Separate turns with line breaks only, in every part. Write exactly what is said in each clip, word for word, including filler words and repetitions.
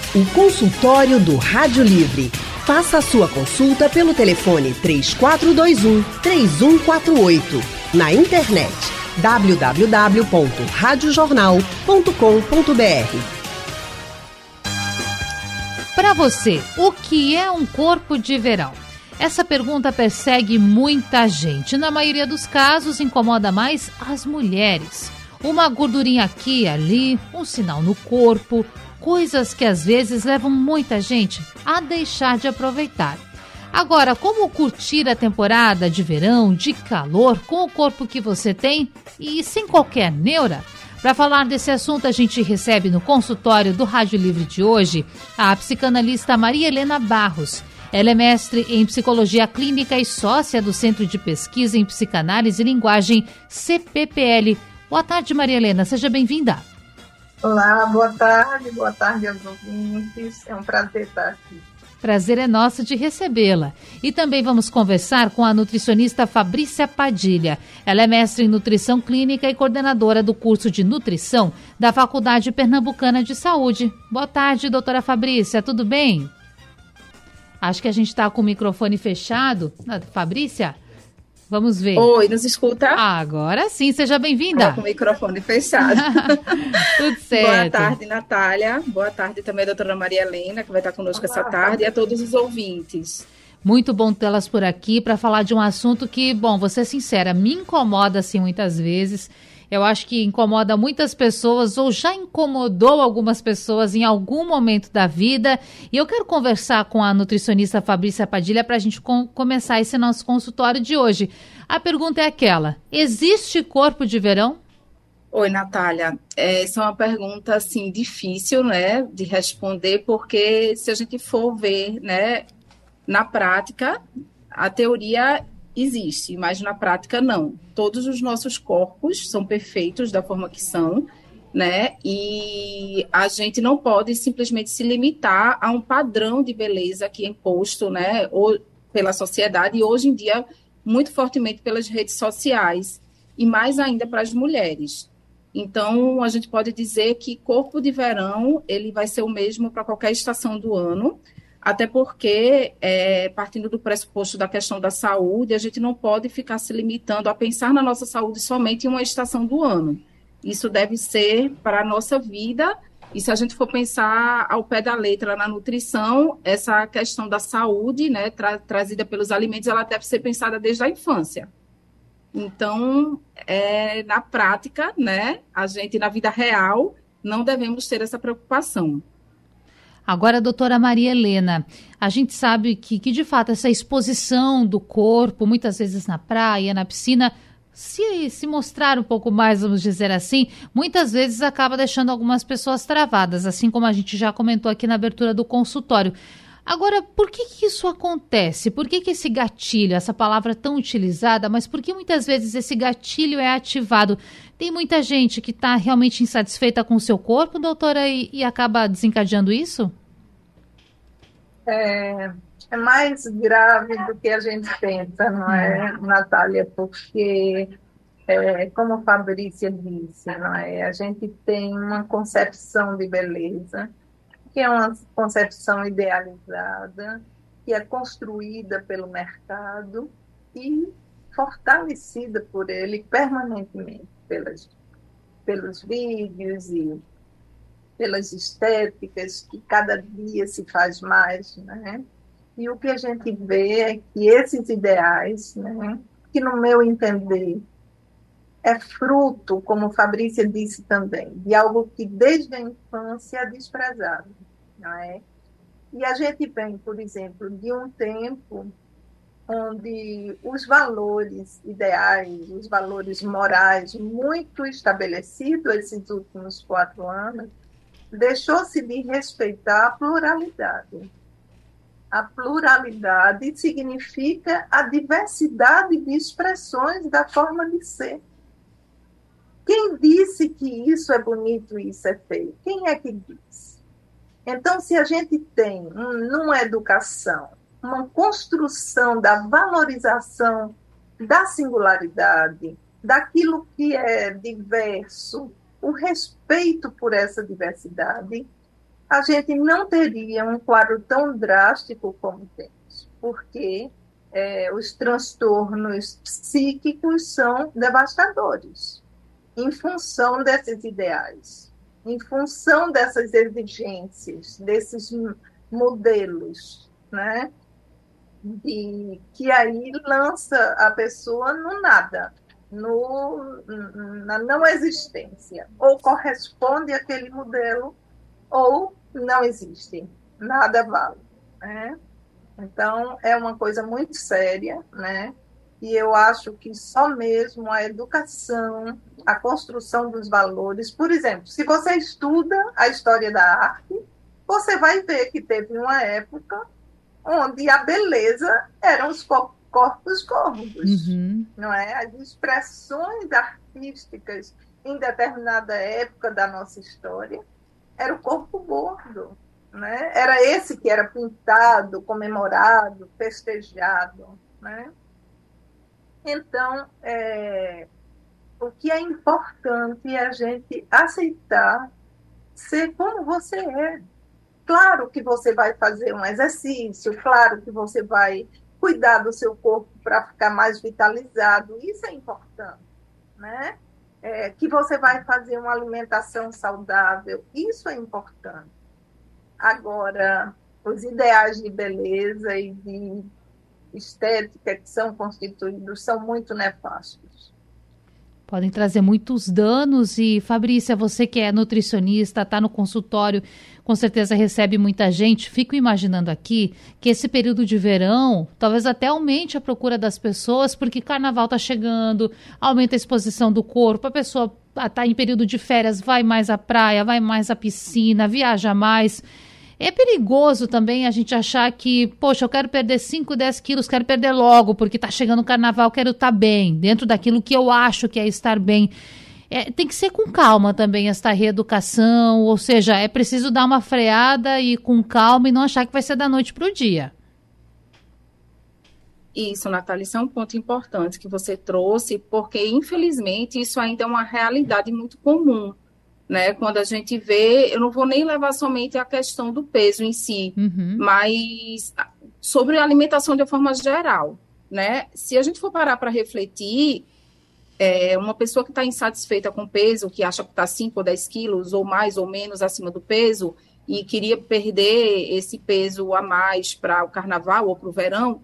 O consultório do Rádio Livre. Faça a sua consulta pelo telefone três quatro dois um, três um quatro oito. Na internet w w w ponto rádio jornal ponto com ponto b r.
Para você, o que é um corpo de verão? Essa pergunta persegue muita gente. Na maioria dos casos, incomoda mais as mulheres. Uma gordurinha aqui e ali, um sinal no corpo, coisas que às vezes levam muita gente a deixar de aproveitar. Agora, como curtir a temporada de verão, de calor, com o corpo que você tem e sem qualquer neura? Para falar desse assunto, a gente recebe no consultório do Rádio Livre de hoje a psicanalista Maria Helena Barros. Ela é mestre em Psicologia Clínica e sócia do Centro de Pesquisa em Psicanálise e Linguagem, C P P L. Boa tarde, Maria Helena. Seja bem-vinda.
Olá, boa tarde. Boa tarde aos ouvintes. É um prazer estar aqui.
Prazer é nosso de recebê-la. E também vamos conversar com a nutricionista Fabrícia Padilha. Ela é mestre em Nutrição Clínica e coordenadora do curso de Nutrição da Faculdade Pernambucana de Saúde. Boa tarde, doutora Fabrícia. Tudo bem? Acho que a gente está com o microfone fechado. Fabrícia, vamos ver.
Oi, nos escuta?
Ah, agora sim, seja bem-vinda.
Estou com o microfone fechado.
Tudo certo.
Boa tarde, Natália. Boa tarde também a doutora Maria Helena, que vai estar conosco Olá, essa tarde, e a todos os ouvintes.
Muito bom tê-las por aqui para falar de um assunto que, bom, vou ser sincera, me incomoda assim muitas vezes. Eu acho que incomoda muitas pessoas ou já incomodou algumas pessoas em algum momento da vida. E eu quero conversar com a nutricionista Fabrícia Padilha para a gente com- começar esse nosso consultório de hoje. A pergunta é aquela: existe corpo de verão?
Oi, Natália. Essa é uma pergunta assim, difícil, né, de responder, porque se a gente for ver, né, na prática, a teoria existe, mas na prática não. Todos os nossos corpos são perfeitos da forma que são, né? E a gente não pode simplesmente se limitar a um padrão de beleza que é imposto, né, ou pela sociedade e hoje em dia muito fortemente pelas redes sociais e mais ainda para as mulheres. Então, a gente pode dizer que corpo de verão, ele vai ser o mesmo para qualquer estação do ano, até porque, é, partindo do pressuposto da questão da saúde, a gente não pode ficar se limitando a pensar na nossa saúde somente em uma estação do ano. Isso deve ser para a nossa vida, e se a gente for pensar ao pé da letra na nutrição, essa questão da saúde, né, tra- trazida pelos alimentos, ela deve ser pensada desde a infância. Então, é, na prática, né, a gente, na vida real, não devemos ter essa preocupação.
Agora, doutora Maria Helena, a gente sabe que, que, de fato, essa exposição do corpo, muitas vezes na praia, na piscina, se, se mostrar um pouco mais, vamos dizer assim, muitas vezes acaba deixando algumas pessoas travadas, assim como a gente já comentou aqui na abertura do consultório. Agora, por que que isso acontece? Por que que esse gatilho, essa palavra tão utilizada, mas por que muitas vezes esse gatilho é ativado? Tem muita gente que está realmente insatisfeita com o seu corpo, doutora, e, e acaba desencadeando isso?
É, é mais grave do que a gente pensa, não é, Natália? Porque, é, como a Fabrícia disse, não é, a gente tem uma concepção de beleza, que é uma concepção idealizada, que é construída pelo mercado e fortalecida por ele permanentemente, pelas, pelos vídeos e pelas estéticas, que cada dia se faz mais, né? E o que a gente vê é que esses ideais, né, que no meu entender é fruto, como Fabrícia disse também, de algo que desde a infância é desprezado, não é? E a gente vem, por exemplo, de um tempo onde os valores ideais, os valores morais muito estabelecidos esses últimos quatro anos, deixou-se de respeitar a pluralidade. A pluralidade significa a diversidade de expressões da forma de ser. Quem disse que isso é bonito e isso é feio? Quem é que disse? Então, se a gente tem, numa educação, uma construção da valorização da singularidade, daquilo que é diverso, o respeito por essa diversidade, a gente não teria um quadro tão drástico como temos, porque é, os transtornos psíquicos são devastadores, em função desses ideais, em função dessas exigências, desses modelos, né? E que aí lança a pessoa no nada, no, na não existência. Ou corresponde àquele modelo, ou não existe, nada vale, né? Então, é uma coisa muito séria, né? E eu acho que só mesmo a educação, a construção dos valores... Por exemplo, se você estuda a história da arte, você vai ver que teve uma época onde a beleza eram os corpos gordos, uhum. não é? As expressões artísticas em determinada época da nossa história era o corpo gordo, né? Era esse que era pintado, comemorado, festejado, né? Então, é, o que é importante é a gente aceitar ser como você é. Claro que você vai fazer um exercício, claro que você vai cuidar do seu corpo para ficar mais vitalizado, isso é importante, né? É, que você vai fazer uma alimentação saudável, isso é importante. Agora, os ideais de beleza e de estética que são constituídos são muito nefastos.
Podem trazer muitos danos e, Fabrícia, você que é nutricionista, está no consultório, com certeza recebe muita gente. Fico imaginando aqui que esse período de verão talvez até aumente a procura das pessoas, porque carnaval está chegando, aumenta a exposição do corpo, a pessoa está em período de férias, vai mais à praia, vai mais à piscina, viaja mais. É perigoso também a gente achar que, poxa, eu quero perder cinco, dez quilos, quero perder logo, porque está chegando o carnaval, quero estar bem, dentro daquilo que eu acho que é estar bem. É, tem que ser com calma também esta reeducação, ou seja, é preciso dar uma freada e com calma e não achar que vai ser da noite para o dia.
Isso, Natália, isso é um ponto importante que você trouxe, porque, infelizmente, isso ainda é uma realidade muito comum. Né, quando a gente vê, eu não vou nem levar somente a questão do peso em si, uhum. mas sobre a alimentação de uma forma geral, né? Se a gente for parar para refletir, é, uma pessoa que está insatisfeita com o peso, que acha que está cinco ou dez quilos, ou mais ou menos acima do peso, e queria perder esse peso a mais para o carnaval ou para o verão,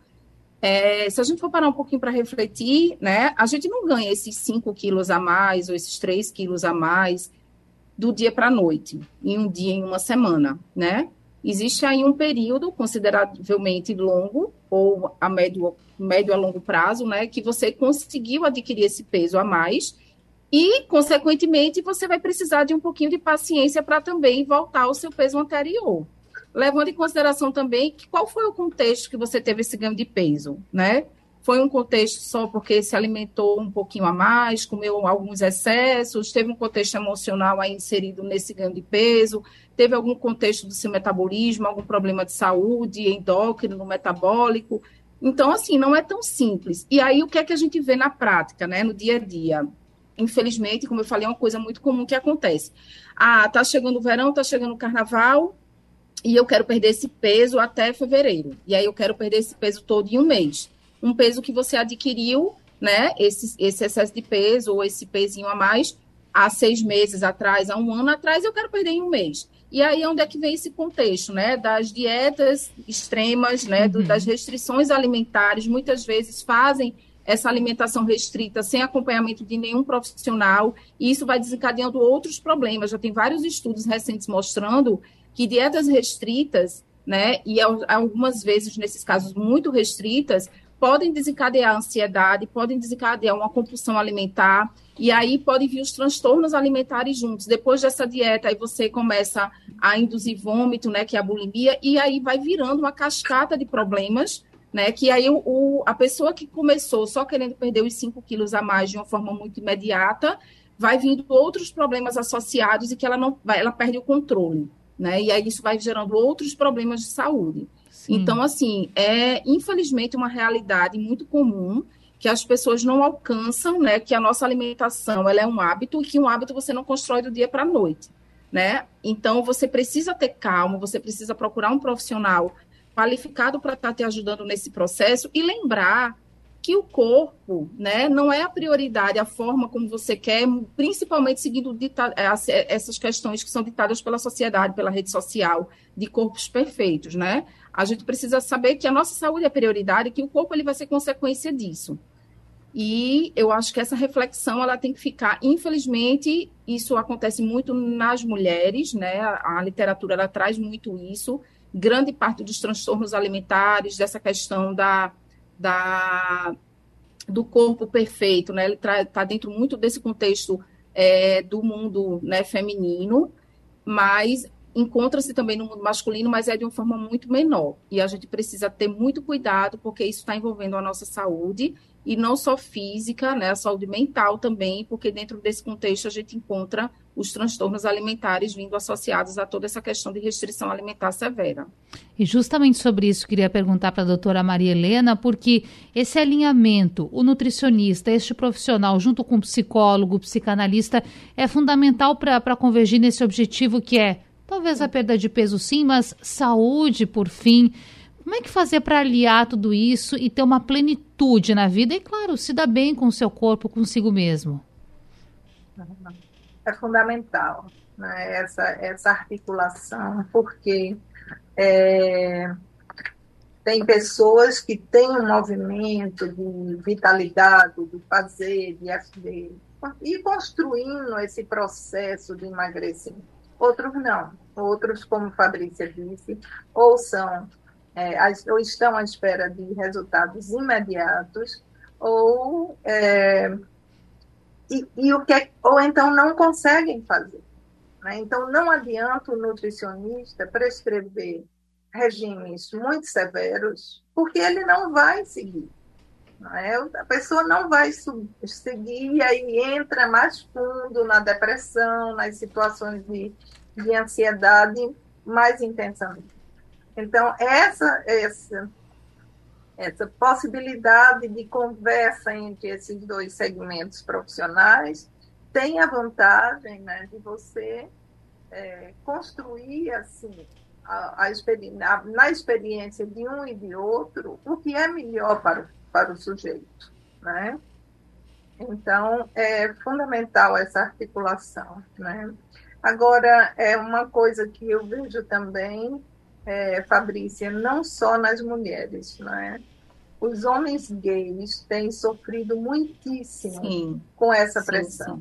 é, se a gente for parar um pouquinho para refletir, né, a gente não ganha esses cinco quilos a mais, ou esses três quilos a mais, do dia para a noite, em um dia, em uma semana, né? Existe aí um período consideravelmente longo, ou a médio, médio a longo prazo, né? Que você conseguiu adquirir esse peso a mais e, consequentemente, você vai precisar de um pouquinho de paciência para também voltar ao seu peso anterior. Levando em consideração também que qual foi o contexto que você teve esse ganho de peso, né? Foi um contexto só porque se alimentou um pouquinho a mais, comeu alguns excessos, teve um contexto emocional aí inserido nesse ganho de peso, teve algum contexto do seu metabolismo, algum problema de saúde, endócrino, metabólico. Então, assim, não é tão simples. E aí, o que é que a gente vê na prática, né, no dia a dia? Infelizmente, como eu falei, é uma coisa muito comum que acontece. Ah, tá chegando o verão, tá chegando o carnaval, e eu quero perder esse peso até fevereiro. E aí, eu quero perder esse peso todo em um mês. Um peso que você adquiriu, né, esse, esse excesso de peso ou esse pezinho a mais há seis meses atrás, há um ano atrás, eu quero perder em um mês. E aí, onde é que vem esse contexto, né, das dietas extremas, né, do, das restrições alimentares, muitas vezes fazem essa alimentação restrita sem acompanhamento de nenhum profissional, e isso vai desencadeando outros problemas. Já tem vários estudos recentes mostrando que dietas restritas, né, e algumas vezes, nesses casos muito restritas, podem desencadear ansiedade, podem desencadear uma compulsão alimentar, e aí podem vir os transtornos alimentares juntos. Depois dessa dieta, aí você começa a induzir vômito, né, que é a bulimia, e aí vai virando uma cascata de problemas, né, que aí o, o, a pessoa que começou só querendo perder os cinco quilos a mais de uma forma muito imediata, vai vindo outros problemas associados e que ela, não, ela perde o controle, né, e aí isso vai gerando outros problemas de saúde. Sim. Então, assim, é infelizmente uma realidade muito comum que as pessoas não alcançam, né, que a nossa alimentação ela é um hábito e que um hábito você não constrói do dia para a noite. né? Então, você precisa ter calma, você precisa procurar um profissional qualificado para estar te ajudando nesse processo e lembrar que o corpo, né, não é a prioridade, a forma como você quer, principalmente seguindo dita- essas questões que são ditadas pela sociedade, pela rede social, de corpos perfeitos, né? A gente precisa saber que a nossa saúde é prioridade e que o corpo ele vai ser consequência disso. E eu acho que essa reflexão ela tem que ficar, infelizmente, isso acontece muito nas mulheres, né? A, a literatura ela traz muito isso, grande parte dos transtornos alimentares, dessa questão da, da do corpo perfeito, né? Ele está dentro muito desse contexto é, do mundo, né, feminino, mas encontra-se também no mundo masculino, mas é de uma forma muito menor. E a gente precisa ter muito cuidado, porque isso está envolvendo a nossa saúde, e não só física, né, a saúde mental também, porque dentro desse contexto a gente encontra os transtornos alimentares vindo associados a toda essa questão de restrição alimentar severa.
E justamente sobre isso queria perguntar para a doutora Maria Helena, porque esse alinhamento, o nutricionista, este profissional, junto com o psicólogo, o psicanalista, é fundamental para convergir nesse objetivo que é, talvez a perda de peso sim, mas saúde por fim. Como é que fazer para aliar tudo isso e ter uma plenitude na vida e, claro, se dar bem com o seu corpo, consigo mesmo?
É fundamental, né, essa, essa articulação, porque é, tem pessoas que têm um movimento de vitalidade, de fazer, de, de ir construindo esse processo de emagrecimento. Outros não. Outros, como Fabrícia disse, ou são é, ou estão à espera de resultados imediatos, ou, é, e, e o que é, ou então não conseguem fazer. Né? Então, não adianta o nutricionista prescrever regimes muito severos, porque ele não vai seguir. Não é? A pessoa não vai seguir e aí entra mais fundo na depressão, nas situações de, de ansiedade mais intensamente. Então, essa, essa, essa possibilidade de conversa entre esses dois segmentos profissionais tem a vantagem, né, de você é, construir assim, a, a experi- a, na experiência de um e de outro o que é melhor para o, para o sujeito. Né? Então, é fundamental essa articulação. Né? Agora, é uma coisa que eu vejo também, é, Fabrícia, não só nas mulheres, né? Os homens gays têm sofrido muitíssimo sim, com essa sim, pressão. Sim.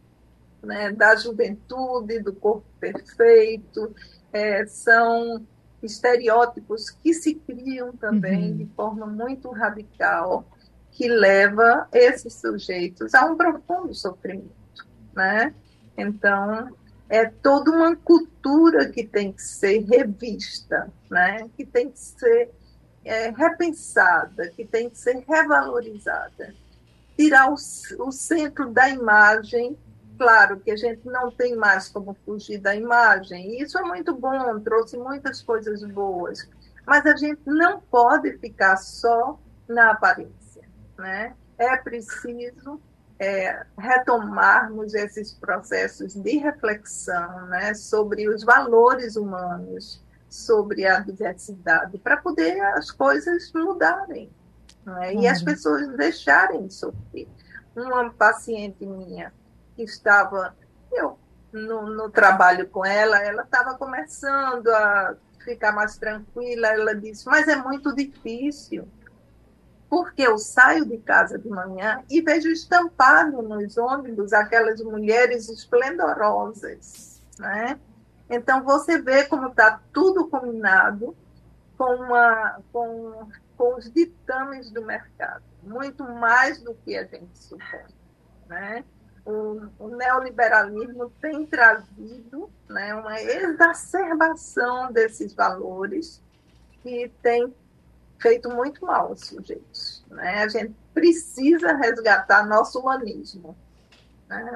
Né, da juventude, do corpo perfeito, é, são estereótipos que se criam também uhum. de forma muito radical, que leva esses sujeitos a um profundo sofrimento. Né? Então, é toda uma cultura que tem que ser revista, né? Que tem que ser é, repensada, que tem que ser revalorizada. Tirar o, o centro da imagem. Claro que a gente não tem mais como fugir da imagem, e isso é muito bom, trouxe muitas coisas boas, mas a gente não pode ficar só na aparência. Né? É preciso é, retomarmos esses processos de reflexão, né, sobre os valores humanos, sobre a diversidade, para poder as coisas mudarem, né? Uhum. E as pessoas deixarem de sofrer. Uma paciente minha que estava, eu, no, no trabalho com ela, ela estava começando a ficar mais tranquila, ela disse, mas é muito difícil, porque eu saio de casa de manhã e vejo estampado nos ônibus aquelas mulheres esplendorosas, né? Então, você vê como está tudo combinado com, uma, com, com os ditames do mercado, muito mais do que a gente supõe, né? O, o neoliberalismo tem trazido, né, uma exacerbação desses valores que tem feito muito mal aos sujeitos. Né? A gente precisa resgatar nosso humanismo. Né?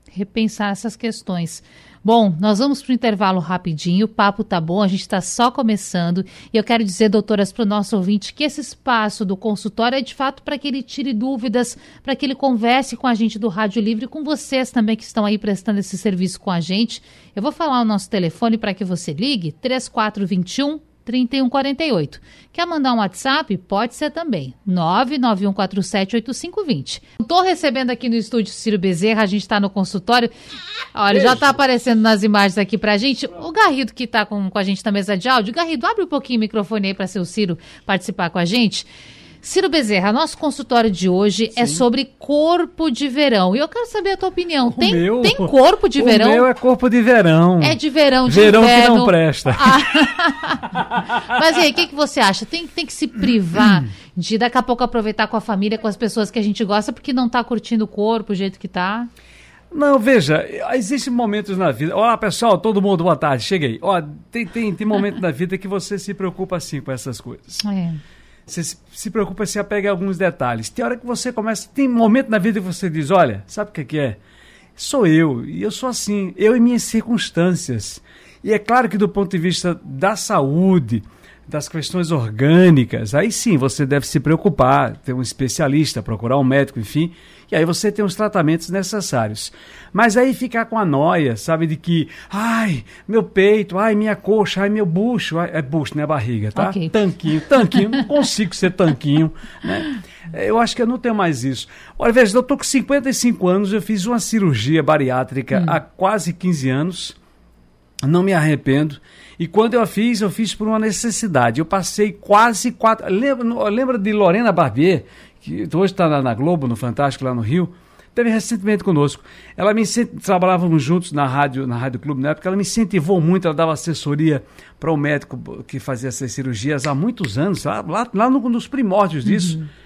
Repensar essas questões. Bom, nós vamos para o intervalo rapidinho, o papo tá bom, a gente está só começando e eu quero dizer, doutoras, para o nosso ouvinte que esse espaço do consultório é de fato para que ele tire dúvidas, para que ele converse com a gente do Rádio Livre, com vocês também que estão aí prestando esse serviço com a gente. Eu vou falar o nosso telefone para que você ligue, três quatro dois um, três um quatro oito. Quer mandar um WhatsApp? Pode ser também, nove nove um quatro sete oito cinco dois zero. Estou recebendo aqui no estúdio Ciro Bezerra, a gente está no consultório. Olha, já está aparecendo nas imagens aqui pra gente. O Garrido que está com, com a gente na mesa de áudio. Garrido, abre um pouquinho o microfone aí para seu Ciro participar com a gente. Ciro Bezerra, nosso consultório de hoje Sim. é sobre corpo de verão. E eu quero saber a tua opinião. Tem,
meu,
tem corpo de
o
verão?
O meu é corpo de verão.
É de verão, de
verão
inverno.
Verão que não presta.
Ah. Mas e aí, o que, que você acha? Tem, tem que se privar de daqui a pouco aproveitar com a família, com as pessoas que a gente gosta, porque não está curtindo o corpo, o jeito que está?
Não, veja, existem momentos na vida... Olá, pessoal, todo mundo, boa tarde, cheguei. Ó, tem, tem, tem momentos na vida que você se preocupa, assim, com essas coisas.
É.
Você se, se preocupa, se apega a alguns detalhes. Tem hora que você começa... Tem momento na vida que você diz, olha, sabe o que, que é? Sou eu, e eu sou assim, eu e minhas circunstâncias. E é claro que do ponto de vista da saúde, das questões orgânicas, aí sim você deve se preocupar, ter um especialista, procurar um médico, enfim, e aí você tem os tratamentos necessários. Mas aí ficar com a noia, sabe, de que, ai, meu peito, ai, minha coxa, ai, meu bucho, ai, é bucho, não é barriga, tá?
Okay.
Tanquinho, tanquinho, não consigo ser tanquinho, né? Eu acho que eu não tenho mais isso. Olha, veja, eu estou com cinquenta e cinco anos, eu fiz uma cirurgia bariátrica hum. há quase quinze anos, não me arrependo. E quando eu a fiz, eu fiz por uma necessidade. Eu passei quase quatro... Lembra, lembra de Lorena Barbier, que hoje está na, na Globo, no Fantástico, lá no Rio? Teve recentemente conosco. Ela me trabalhávamos juntos na rádio, na Rádio Clube, na época. Ela me incentivou muito, ela dava assessoria para o médico que fazia essas cirurgias há muitos anos, lá, lá, lá no, nos primórdios disso. Uhum.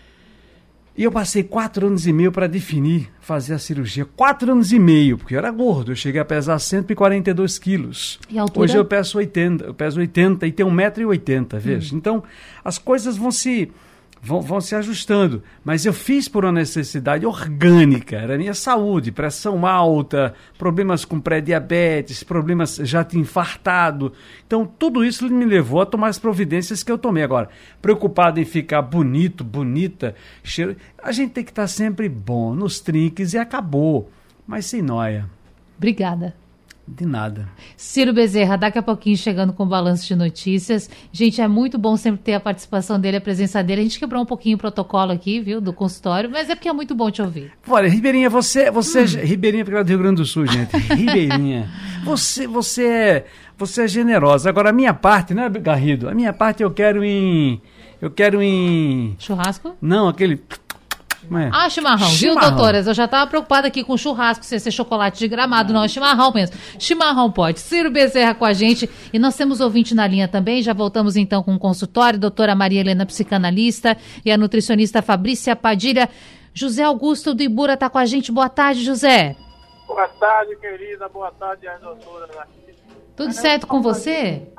E eu passei quatro anos e meio para definir fazer a cirurgia. Quatro anos e meio, porque eu era gordo. Eu cheguei a pesar cento e quarenta e dois quilos.
E a altura?
Hoje eu peso oitenta, eu peso oitenta e tenho um metro e oitenta, veja. Hum. Então, as coisas vão se, vão, vão se ajustando. Mas eu fiz por uma necessidade orgânica. Era a minha saúde, pressão alta, problemas com pré-diabetes, problemas já de infartado. Então, tudo isso me levou a tomar as providências que eu tomei. Agora, preocupado em ficar bonito, bonita, cheiro... A gente tem que estar sempre bom, nos trinques e acabou. Mas sem noia.
Obrigada.
De nada.
Ciro Bezerra, daqui a pouquinho chegando com o balanço de notícias. Gente, é muito bom sempre ter a participação dele, a presença dele. A gente quebrou um pouquinho o protocolo aqui, viu, do consultório, mas é porque é muito bom te ouvir.
Olha, Ribeirinha, você... você hum. Ribeirinha, porque é do Rio Grande do Sul, gente. Ribeirinha. Você, você, é, você é generosa. Agora, a minha parte, né, Garrido? A minha parte eu quero em... Eu quero em...
Churrasco?
Não, aquele... É.
Ah, chimarrão, chimarrão, viu, doutoras? Eu já estava preocupada aqui com churrasco, se ia ser chocolate de Gramado, não, é chimarrão mesmo. Chimarrão pode. Ciro Bezerra com a gente. E nós temos ouvinte na linha também, já voltamos então com o consultório, doutora Maria Helena, psicanalista, e a nutricionista Fabrícia Padilha. José Augusto do Ibura está com a gente. Boa tarde, José.
Boa tarde, querida. Boa tarde, as doutoras aqui.
Tudo certo com você?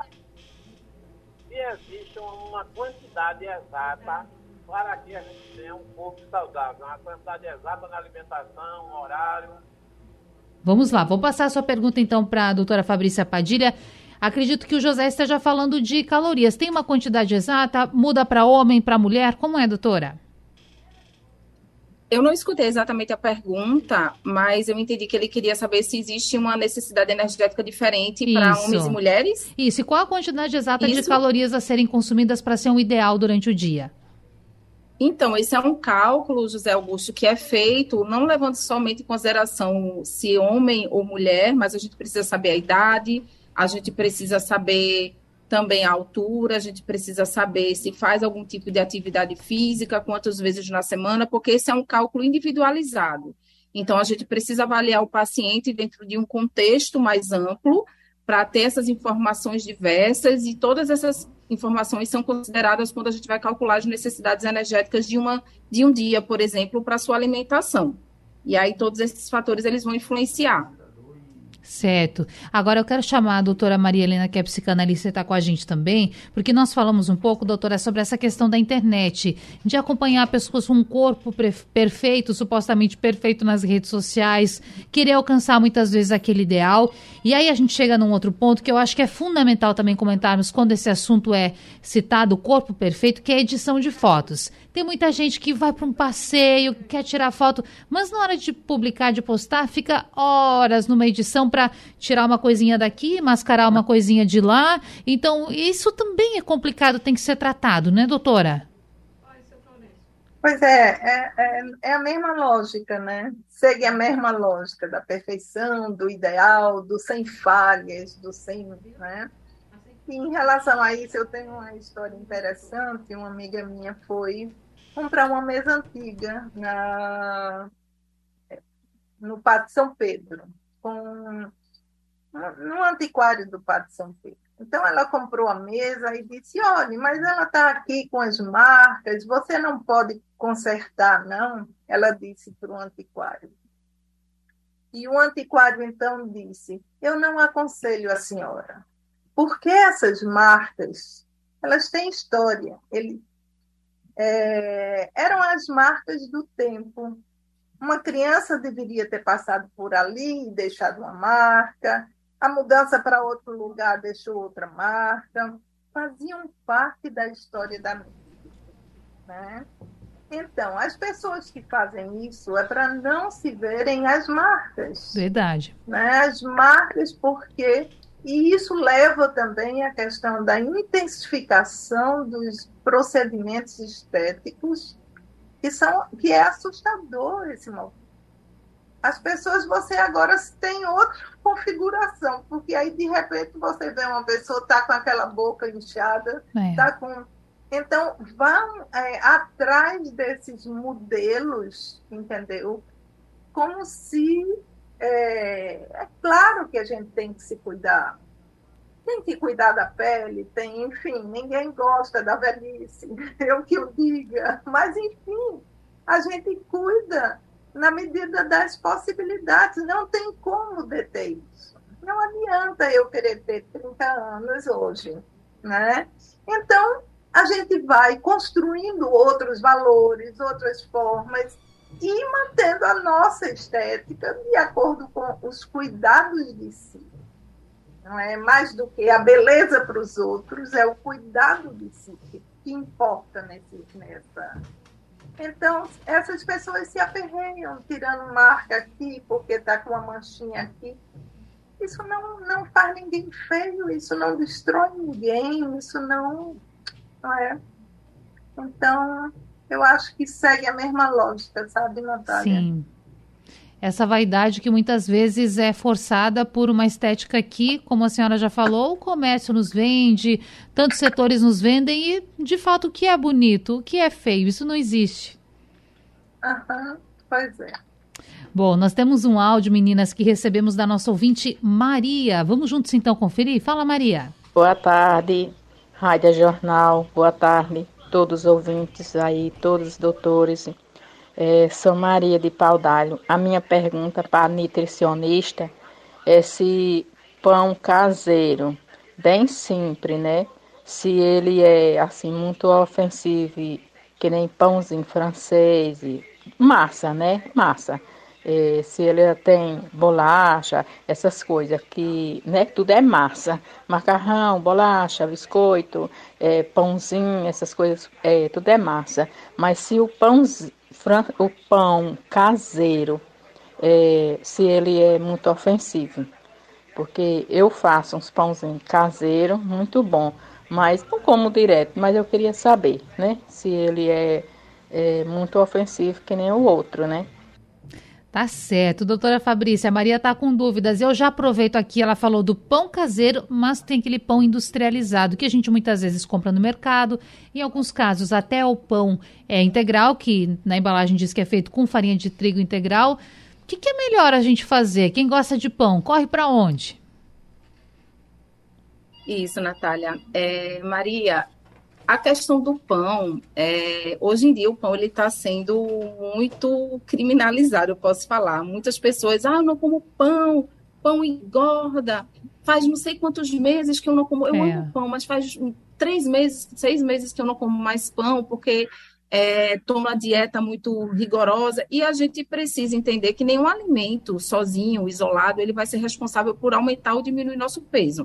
Se existe uma quantidade exata para que a gente tenha um corpo saudável, uma quantidade exata na alimentação, um horário.
Vamos lá, vou passar a sua pergunta então para a doutora Fabrícia Padilha. Acredito que o José esteja falando de calorias. Tem uma quantidade exata? Muda para homem, para mulher? Como é, doutora?
Eu não escutei exatamente a pergunta, mas eu entendi que ele queria saber se existe uma necessidade energética diferente para homens e mulheres.
Isso, e qual a quantidade exata
Isso.
de calorias a serem consumidas para ser um ideal durante o dia?
Então, esse é um cálculo, José Augusto, que é feito não levando somente em consideração se homem ou mulher, mas a gente precisa saber a idade, a gente precisa saber também a altura, a gente precisa saber se faz algum tipo de atividade física, quantas vezes na semana, porque esse é um cálculo individualizado. Então, a gente precisa avaliar o paciente dentro de um contexto mais amplo para ter essas informações diversas, e todas essas informações são consideradas quando a gente vai calcular as necessidades energéticas de, uma, de um dia, por exemplo, para a sua alimentação. E aí todos esses fatores eles vão influenciar.
Certo. Agora eu quero chamar a doutora Maria Helena, que é psicanalista e está com a gente também, porque nós falamos um pouco, doutora, sobre essa questão da internet, de acompanhar pessoas com um corpo perfeito, supostamente perfeito nas redes sociais, querer alcançar muitas vezes aquele ideal. E aí a gente chega num outro ponto que eu acho que é fundamental também comentarmos quando esse assunto é citado, o corpo perfeito, que é a edição de fotos. Tem muita gente que vai para um passeio, quer tirar foto, mas na hora de publicar, de postar, fica horas numa edição para tirar uma coisinha daqui, mascarar uma coisinha de lá. Então, isso também é complicado, tem que ser tratado, né, doutora?
Pois é, é, é, é a mesma lógica, né? Segue a mesma lógica da perfeição, do ideal, do sem falhas, do sem, né? E em relação a isso, eu tenho uma história interessante. Uma amiga minha foi comprar uma mesa antiga na, no Pátio São Pedro, com, no antiquário do Pátio São Pedro. Então, ela comprou a mesa e disse, olha, mas ela está aqui com as marcas, você não pode consertar, não? Ela disse para o antiquário. E o antiquário, então, disse, eu não aconselho a senhora, porque essas marcas, elas têm história. Ele, é, eram as marcas do tempo. Uma criança deveria ter passado por ali e deixado uma marca, a mudança para outro lugar deixou outra marca, faziam parte da história da mídia, né? Então, as pessoas que fazem isso é para não se verem as marcas.
Verdade.
Né? As marcas, porque... E isso leva também à questão da intensificação dos procedimentos estéticos, que, são, que é assustador esse movimento. As pessoas, você agora tem outra configuração, porque aí, de repente, você vê uma pessoa tá com aquela boca inchada, é. tá com... Então, vão é, atrás desses modelos, entendeu? Como se... É, é claro que a gente tem que se cuidar. Tem que cuidar da pele, tem, enfim, ninguém gosta da velhice, eu que eu diga. Mas, enfim, a gente cuida na medida das possibilidades. Não tem como deter isso. Não adianta eu querer ter trinta anos hoje, né? Então, a gente vai construindo outros valores, outras formas, e mantendo a nossa estética de acordo com os cuidados de si. Não é mais do que a beleza para os outros, é o cuidado de si que, que importa nesse, nessa... Então, essas pessoas se aperreiam, tirando marca aqui, porque está com uma manchinha aqui. Isso não, não faz ninguém feio, isso não destrói ninguém, isso não... não é? Então... eu acho que segue a mesma lógica, sabe, Natália?
Sim. Essa vaidade que muitas vezes é forçada por uma estética aqui, como a senhora já falou, o comércio nos vende, tantos setores nos vendem e, de fato, o que é bonito, o que é feio, isso não existe.
Aham, pois é.
Bom, nós temos um áudio, meninas, que recebemos da nossa ouvinte Maria. Vamos juntos, então, conferir? Fala, Maria.
Boa tarde, Rádio Jornal, boa tarde. Todos os ouvintes aí, todos os doutores. É, sou Maria de Paudalho. A minha pergunta para a nutricionista é se pão caseiro, bem simples, né? Se ele é assim muito ofensivo, que nem pãozinho francês, massa, né? Massa. É, se ele tem bolacha, essas coisas que, né, tudo é massa, macarrão, bolacha, biscoito, é, pãozinho, essas coisas, é, tudo é massa. Mas se o pão, o pão caseiro, é, se ele é muito ofensivo, porque eu faço uns pãozinhos caseiros, muito bom, mas não como direto, mas eu queria saber, né, se ele é, é muito ofensivo que nem o outro, né.
Tá certo, doutora Fabrícia, a Maria tá com dúvidas. Eu já aproveito aqui, ela falou do pão caseiro, mas tem aquele pão industrializado, que a gente muitas vezes compra no mercado. Em alguns casos, até o pão é integral, que na embalagem diz que é feito com farinha de trigo integral. O que, que é melhor a gente fazer? Quem gosta de pão, corre para onde?
Isso, Natália. É, Maria... A questão do pão, é, hoje em dia o pão está sendo muito criminalizado, eu posso falar. Muitas pessoas, ah, eu não como pão pão engorda, faz não sei quantos meses que eu não como, eu
É.
amo pão, mas faz três meses, seis meses que eu não como mais pão, porque estou é, numa dieta muito rigorosa, e a gente precisa entender que nenhum alimento sozinho, isolado, ele vai ser responsável por aumentar ou diminuir nosso peso.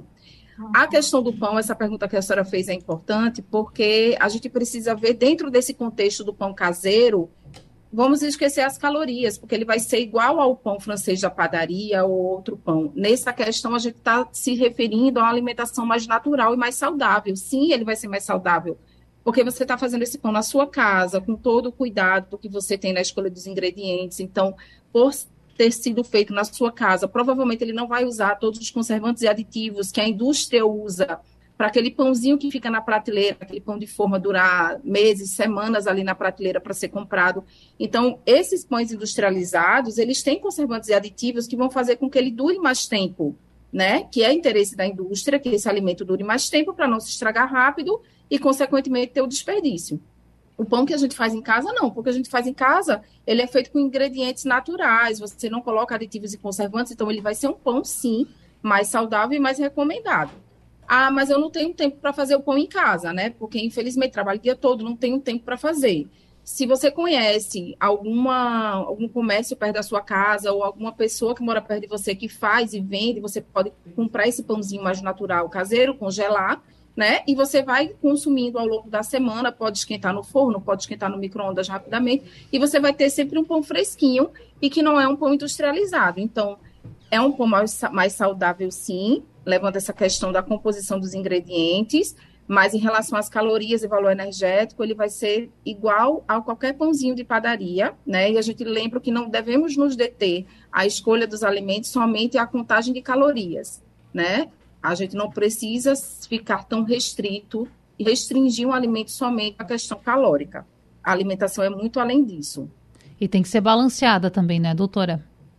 A questão do pão, essa pergunta que a senhora fez é importante, porque a gente precisa ver dentro desse contexto do pão caseiro, vamos esquecer as calorias, porque ele vai ser igual ao pão francês da padaria ou outro pão. Nessa questão, a gente está se referindo a uma alimentação mais natural e mais saudável. Sim, ele vai ser mais saudável, porque você está fazendo esse pão na sua casa, com todo o cuidado que você tem na escolha dos ingredientes. Então, por ter sido feito na sua casa, provavelmente ele não vai usar todos os conservantes e aditivos que a indústria usa para aquele pãozinho que fica na prateleira, aquele pão de forma durar meses, semanas ali na prateleira para ser comprado. Então, esses pães industrializados, eles têm conservantes e aditivos que vão fazer com que ele dure mais tempo, né? Que é interesse da indústria, que esse alimento dure mais tempo para não se estragar rápido e, consequentemente, ter o desperdício. O pão que a gente faz em casa, não. O pão que a gente faz em casa, ele é feito com ingredientes naturais, você não coloca aditivos e conservantes, então ele vai ser um pão, sim, mais saudável e mais recomendado. Ah, mas eu não tenho tempo para fazer o pão em casa, né? Porque, infelizmente, trabalho o dia todo, não tenho tempo para fazer. Se você conhece alguma, algum comércio perto da sua casa ou alguma pessoa que mora perto de você que faz e vende, você pode comprar esse pãozinho mais natural, caseiro, congelar, né? E você vai consumindo ao longo da semana, pode esquentar no forno, pode esquentar no micro-ondas rapidamente, e você vai ter sempre um pão fresquinho e que não é um pão industrializado. Então, é um pão mais, mais saudável, sim, levando essa questão da composição dos ingredientes, mas em relação às calorias e valor energético, ele vai ser igual a qualquer pãozinho de padaria, né? E a gente lembra que não devemos nos deter à escolha dos alimentos somente à contagem de calorias, né? A gente não precisa ficar tão restrito e restringir um alimento somente à questão calórica. A alimentação é muito além disso.
E tem que ser balanceada também, né, doutora?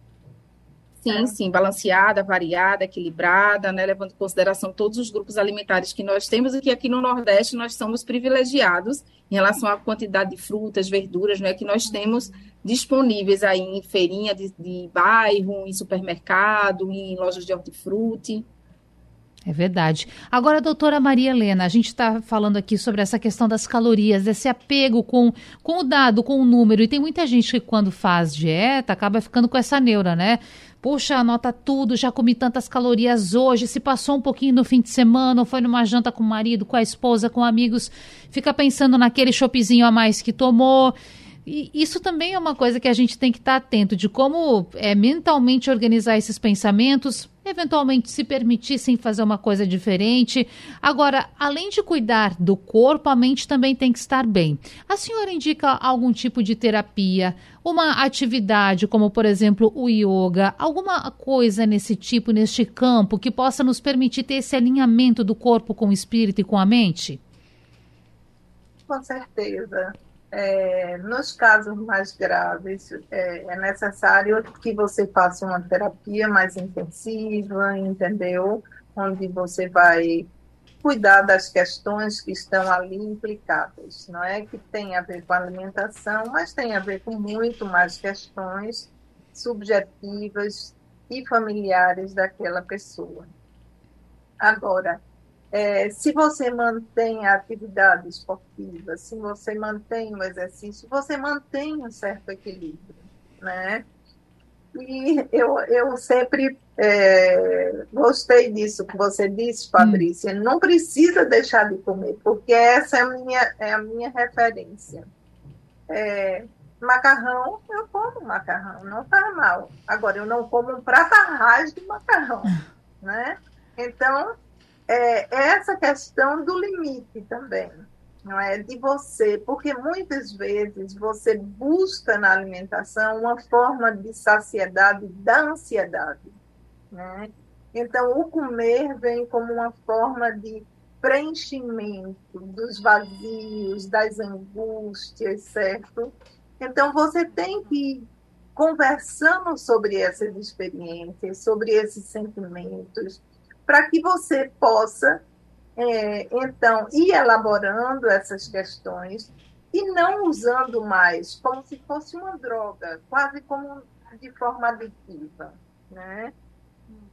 Sim, é. sim, balanceada, variada, equilibrada, né, levando em consideração todos os grupos alimentares que nós temos e que aqui no Nordeste nós somos privilegiados em relação à quantidade de frutas, verduras, né, que nós temos disponíveis aí em feirinha de, de bairro, em supermercado, em lojas de hortifruti.
É verdade. Agora, doutora Maria Helena, a gente está falando aqui sobre essa questão das calorias, desse apego com, com o dado, com o número, e tem muita gente que quando faz dieta acaba ficando com essa neura, né? Puxa, anota tudo, já comi tantas calorias hoje, se passou um pouquinho no fim de semana, ou foi numa janta com o marido, com a esposa, com amigos, fica pensando naquele choppzinho a mais que tomou. E isso também é uma coisa que a gente tem que estar atento de como é, mentalmente organizar esses pensamentos, eventualmente se permitissem fazer uma coisa diferente. Agora, além de cuidar do corpo, a mente também tem que estar bem. A senhora indica algum tipo de terapia, uma atividade como, por exemplo, o yoga, alguma coisa nesse tipo, neste campo, que possa nos permitir ter esse alinhamento do corpo com o espírito e com a mente?
Com certeza. É, nos casos mais graves, é, é necessário que você faça uma terapia mais intensiva, entendeu? Onde você vai cuidar das questões que estão ali implicadas, não é? Que tem a ver com a alimentação, mas tem a ver com muito mais questões subjetivas e familiares daquela pessoa. Agora, É, se você mantém a atividade esportiva, se você mantém o exercício, você mantém um certo equilíbrio, né? E eu, eu sempre é, gostei disso que você disse, Fabrícia, hum. não precisa deixar de comer, porque essa é a minha, é a minha referência. É, macarrão, eu como macarrão, não faz mal. Agora, eu não como um prato a raiz de macarrão, né? Então, é essa questão do limite também, não é? De você, porque muitas vezes você busca na alimentação uma forma de saciedade da ansiedade, né? Então, o comer vem como uma forma de preenchimento dos vazios, das angústias, certo? Então, você tem que ir conversando sobre essas experiências, sobre esses sentimentos, para que você possa, é, então, ir elaborando essas questões e não usando mais como se fosse uma droga, quase como de forma aditiva, né?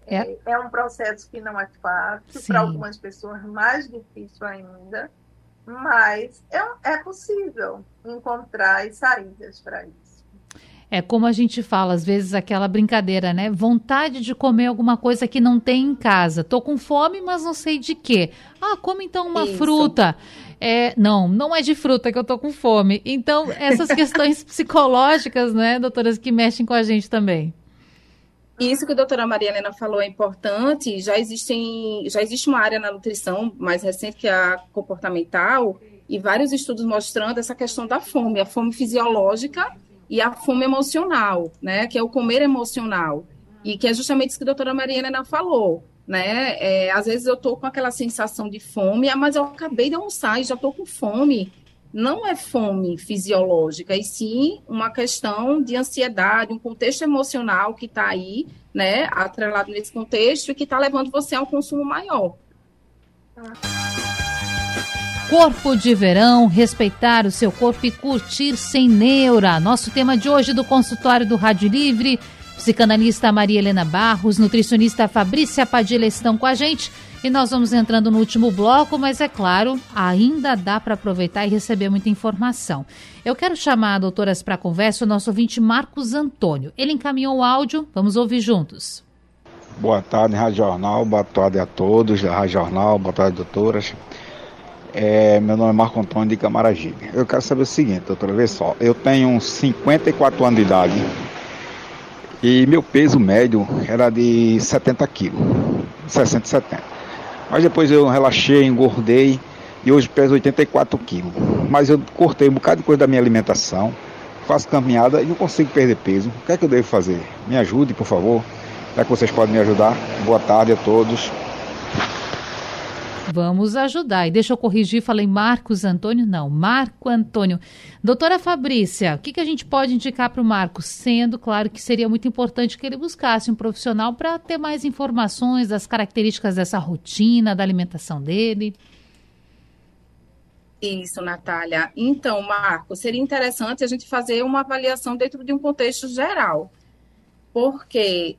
É, é um processo que não é fácil, para algumas pessoas mais difícil ainda, mas é, é possível encontrar saídas para isso.
É como a gente fala, às vezes, aquela brincadeira, né? Vontade de comer alguma coisa que não tem em casa. Tô com fome, mas não sei de quê. Ah, come então uma Isso. fruta. É, não, não é de fruta que eu tô com fome. Então, essas questões psicológicas, né, doutoras, que mexem com a gente também.
Isso que a doutora Maria Helena falou é importante. Já, existem, já existe uma área na nutrição mais recente, que é a comportamental, e vários estudos mostrando essa questão da fome, a fome fisiológica e a fome emocional, né, que é o comer emocional, e que é justamente isso que a doutora Maria Helena falou, né, é, às vezes eu estou com aquela sensação de fome, ah, mas eu acabei de almoçar e já estou com fome. Não é fome fisiológica, e sim uma questão de ansiedade, um contexto emocional que está aí, né, atrelado nesse contexto e que está levando você a um consumo maior.
Corpo de verão, respeitar o seu corpo e curtir sem neura. Nosso tema de hoje do consultório do Rádio Livre. Psicanalista Maria Helena Barros, nutricionista Fabrícia Padilha estão com a gente. E nós vamos entrando no último bloco, mas é claro, ainda dá para aproveitar e receber muita informação. Eu quero chamar, doutoras, para a conversa o nosso ouvinte Marcos Antônio. Ele encaminhou o áudio, vamos ouvir juntos.
Boa tarde, Rádio Jornal, boa tarde a todos da Rádio Jornal, boa tarde, doutoras. É, meu nome é Marco Antônio de Camaragibe. Eu quero saber o seguinte, doutora, vê só, eu tenho cinquenta e quatro anos de idade e meu peso médio era de setenta quilos, sessenta e setenta. Mas depois eu relaxei, engordei e hoje peso oitenta e quatro quilos. Mas eu cortei um bocado de coisa da minha alimentação, faço caminhada e não consigo perder peso. O que é que eu devo fazer? Me ajude, por favor. Será que vocês podem me ajudar? Boa tarde a todos.
Vamos ajudar. E deixa eu corrigir, falei Marcos Antônio, não, Marco Antônio. Doutora Fabrícia, o que, que a gente pode indicar para o Marcos? Sendo claro que seria muito importante que ele buscasse um profissional para ter mais informações das características dessa rotina, da alimentação dele.
Isso, Natália. Então, Marcos, seria interessante a gente fazer uma avaliação dentro de um contexto geral, porque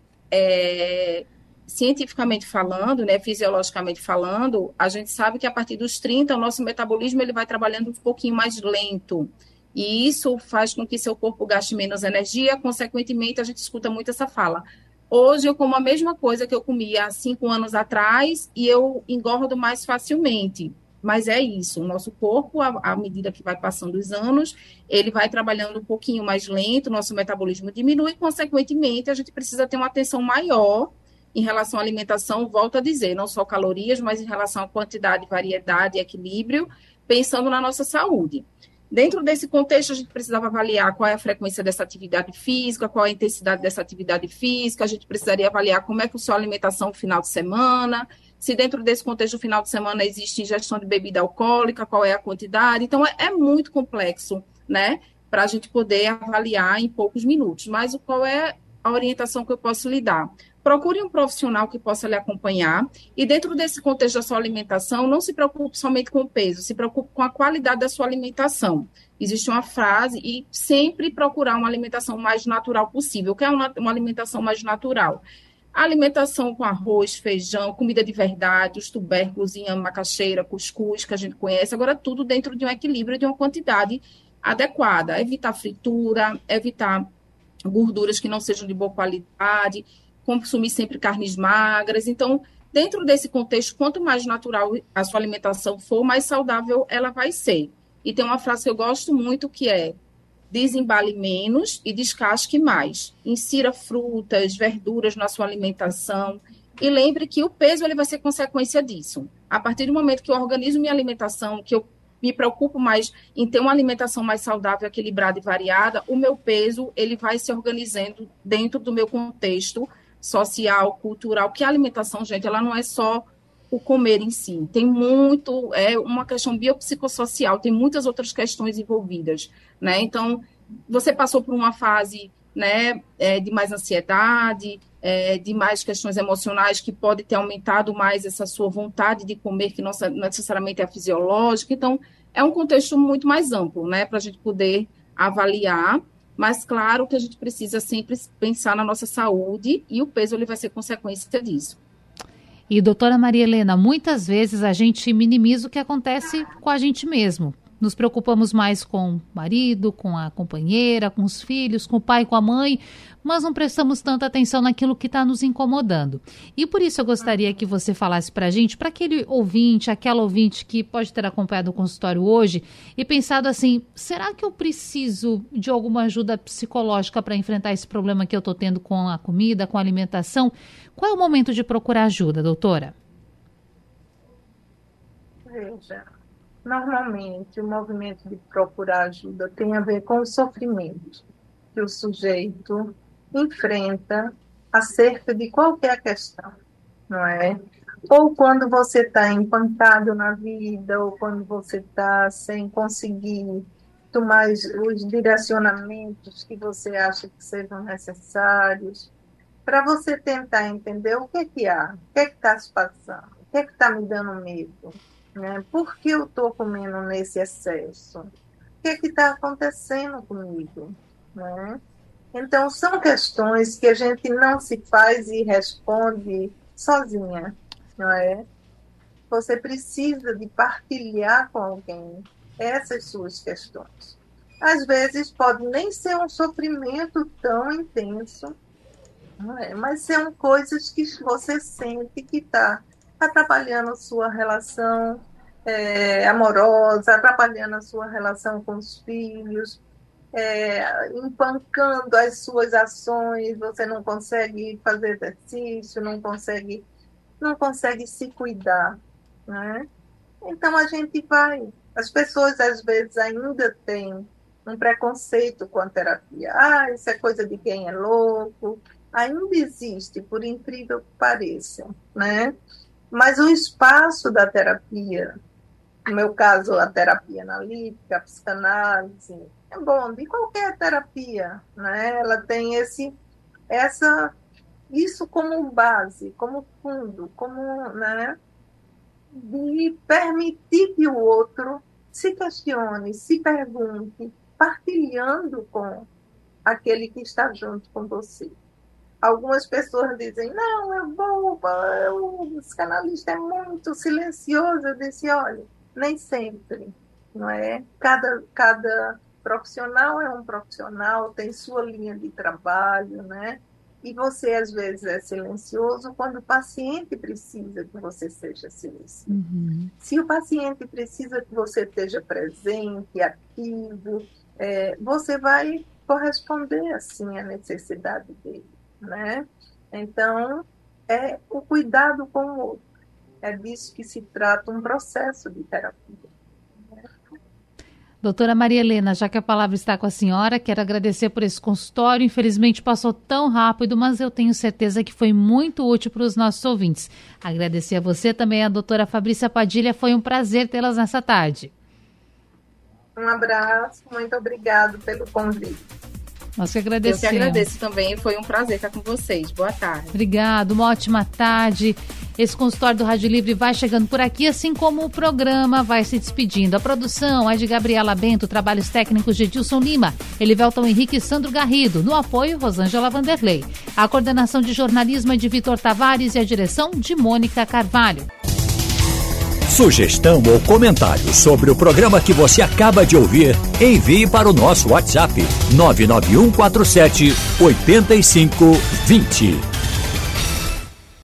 é, cientificamente falando, né, fisiologicamente falando, a gente sabe que a partir dos trinta o nosso metabolismo ele vai trabalhando um pouquinho mais lento, e isso faz com que seu corpo gaste menos energia, consequentemente a gente escuta muito essa fala. Hoje eu como a mesma coisa que eu comia há cinco anos atrás e eu engordo mais facilmente. Mas é isso, o nosso corpo, à, à medida que vai passando os anos, ele vai trabalhando um pouquinho mais lento, nosso metabolismo diminui, e, consequentemente, a gente precisa ter uma atenção maior em relação à alimentação, volto a dizer, não só calorias, mas em relação à quantidade, variedade e equilíbrio, pensando na nossa saúde. Dentro desse contexto, a gente precisava avaliar qual é a frequência dessa atividade física, qual é a intensidade dessa atividade física, a gente precisaria avaliar como é que é a sua alimentação no final de semana, se dentro desse contexto do final de semana existe ingestão de bebida alcoólica, qual é a quantidade. Então, é, é muito complexo, né, para a gente poder avaliar em poucos minutos. Mas qual é a orientação que eu posso lhe dar? Procure um profissional que possa lhe acompanhar e dentro desse contexto da sua alimentação, não se preocupe somente com o peso, se preocupe com a qualidade da sua alimentação. Existe uma frase e sempre procurar uma alimentação mais natural possível. O que é uma, uma alimentação mais natural? A alimentação com arroz, feijão, comida de verdade, os tubérculos, inhame, macaxeira, cuscuz, que a gente conhece, agora tudo dentro de um equilíbrio, de uma quantidade adequada. Evitar fritura, evitar gorduras que não sejam de boa qualidade, consumir sempre carnes magras. Então, dentro desse contexto, quanto mais natural a sua alimentação for, mais saudável ela vai ser. E tem uma frase que eu gosto muito que é: desembale menos e descasque mais. Insira frutas, verduras na sua alimentação. E lembre que o peso ele vai ser consequência disso. A partir do momento que eu organizo minha alimentação, que eu me preocupo mais em ter uma alimentação mais saudável, equilibrada e variada, o meu peso ele vai se organizando dentro do meu contexto social, cultural, que a alimentação, gente, ela não é só o comer em si, tem muito, é uma questão biopsicossocial, tem muitas outras questões envolvidas, né? Então, você passou por uma fase, né, é, de mais ansiedade, é, de mais questões emocionais que pode ter aumentado mais essa sua vontade de comer, que não necessariamente é fisiológica. Então, é um contexto muito mais amplo, né, para a gente poder avaliar Mas claro que a gente precisa sempre pensar na nossa saúde e o peso ele vai ser consequência disso.
E, doutora Maria Helena, muitas vezes a gente minimiza o que acontece com a gente mesmo. Nos preocupamos mais com o marido, com a companheira, com os filhos, com o pai, com a mãe, mas não prestamos tanta atenção naquilo que está nos incomodando. E por isso eu gostaria que você falasse para a gente, para aquele ouvinte, aquela ouvinte que pode ter acompanhado o consultório hoje e pensado assim, será que eu preciso de alguma ajuda psicológica para enfrentar esse problema que eu estou tendo com a comida, com a alimentação? Qual é o momento de procurar ajuda, doutora?
Veja, normalmente o movimento de procurar ajuda tem a ver com o sofrimento que o sujeito enfrenta acerca de qualquer questão, não é? Ou quando você está empancado na vida, ou quando você está sem conseguir tomar os direcionamentos que você acha que sejam necessários, para você tentar entender o que é que há, o que é que está se passando, o que é que está me dando medo, né? Por que eu estou comendo nesse excesso? O que é que está acontecendo comigo, né? Então, são questões que a gente não se faz e responde sozinha, não é? Você precisa de partilhar com alguém essas suas questões. Às vezes, pode nem ser um sofrimento tão intenso, não é? Mas são coisas que você sente que está atrapalhando a sua relação é, amorosa, atrapalhando a sua relação com os filhos, É, empancando as suas ações, você não consegue fazer exercício, não consegue, não consegue se cuidar, né? Então a gente vai, as pessoas às vezes ainda têm um preconceito com a terapia, ah, isso é coisa de quem é louco, ainda existe, por incrível que pareça, né? Mas o espaço da terapia, no meu caso a terapia analítica, a psicanálise, é bom, de qualquer terapia, né? Ela tem esse, essa, isso como base, como fundo, como, né? De permitir que o outro se questione, se pergunte, partilhando com aquele que está junto com você. Algumas pessoas dizem, não, é boba, o psicanalista é muito silencioso. Eu disse, olha, nem sempre, não é? Cada, cada profissional é um profissional, tem sua linha de trabalho, né? E você, às vezes, é silencioso quando o paciente precisa que você seja silencioso. Uhum. Se o paciente precisa que você esteja presente, ativo, é, você vai corresponder, assim, à necessidade dele, né? Então, é o cuidado com o outro. É disso que se trata um processo de terapia.
Doutora Maria Helena, já que a palavra está com a senhora, quero agradecer por esse consultório. Infelizmente passou tão rápido, mas eu tenho certeza que foi muito útil para os nossos ouvintes. Agradecer a você também, a doutora Fabrícia Padilha. Foi um prazer tê-las nessa tarde.
Um abraço, muito obrigado pelo convite.
Nós que agradecemos.
Eu que agradeço também, foi um prazer estar com vocês. Boa tarde.
Obrigado, uma ótima tarde. Esse consultório do Rádio Livre vai chegando por aqui, assim como o programa vai se despedindo. A produção é de Gabriela Bento, trabalhos técnicos de Edilson Lima, Elivelton Henrique e Sandro Garrido. No apoio, Rosângela Vanderlei. A coordenação de jornalismo é de Vitor Tavares e a direção de Mônica Carvalho.
Sugestão ou comentário sobre o programa que você acaba de ouvir, envie para o nosso WhatsApp nove nove um quatro sete oito cinco dois zero.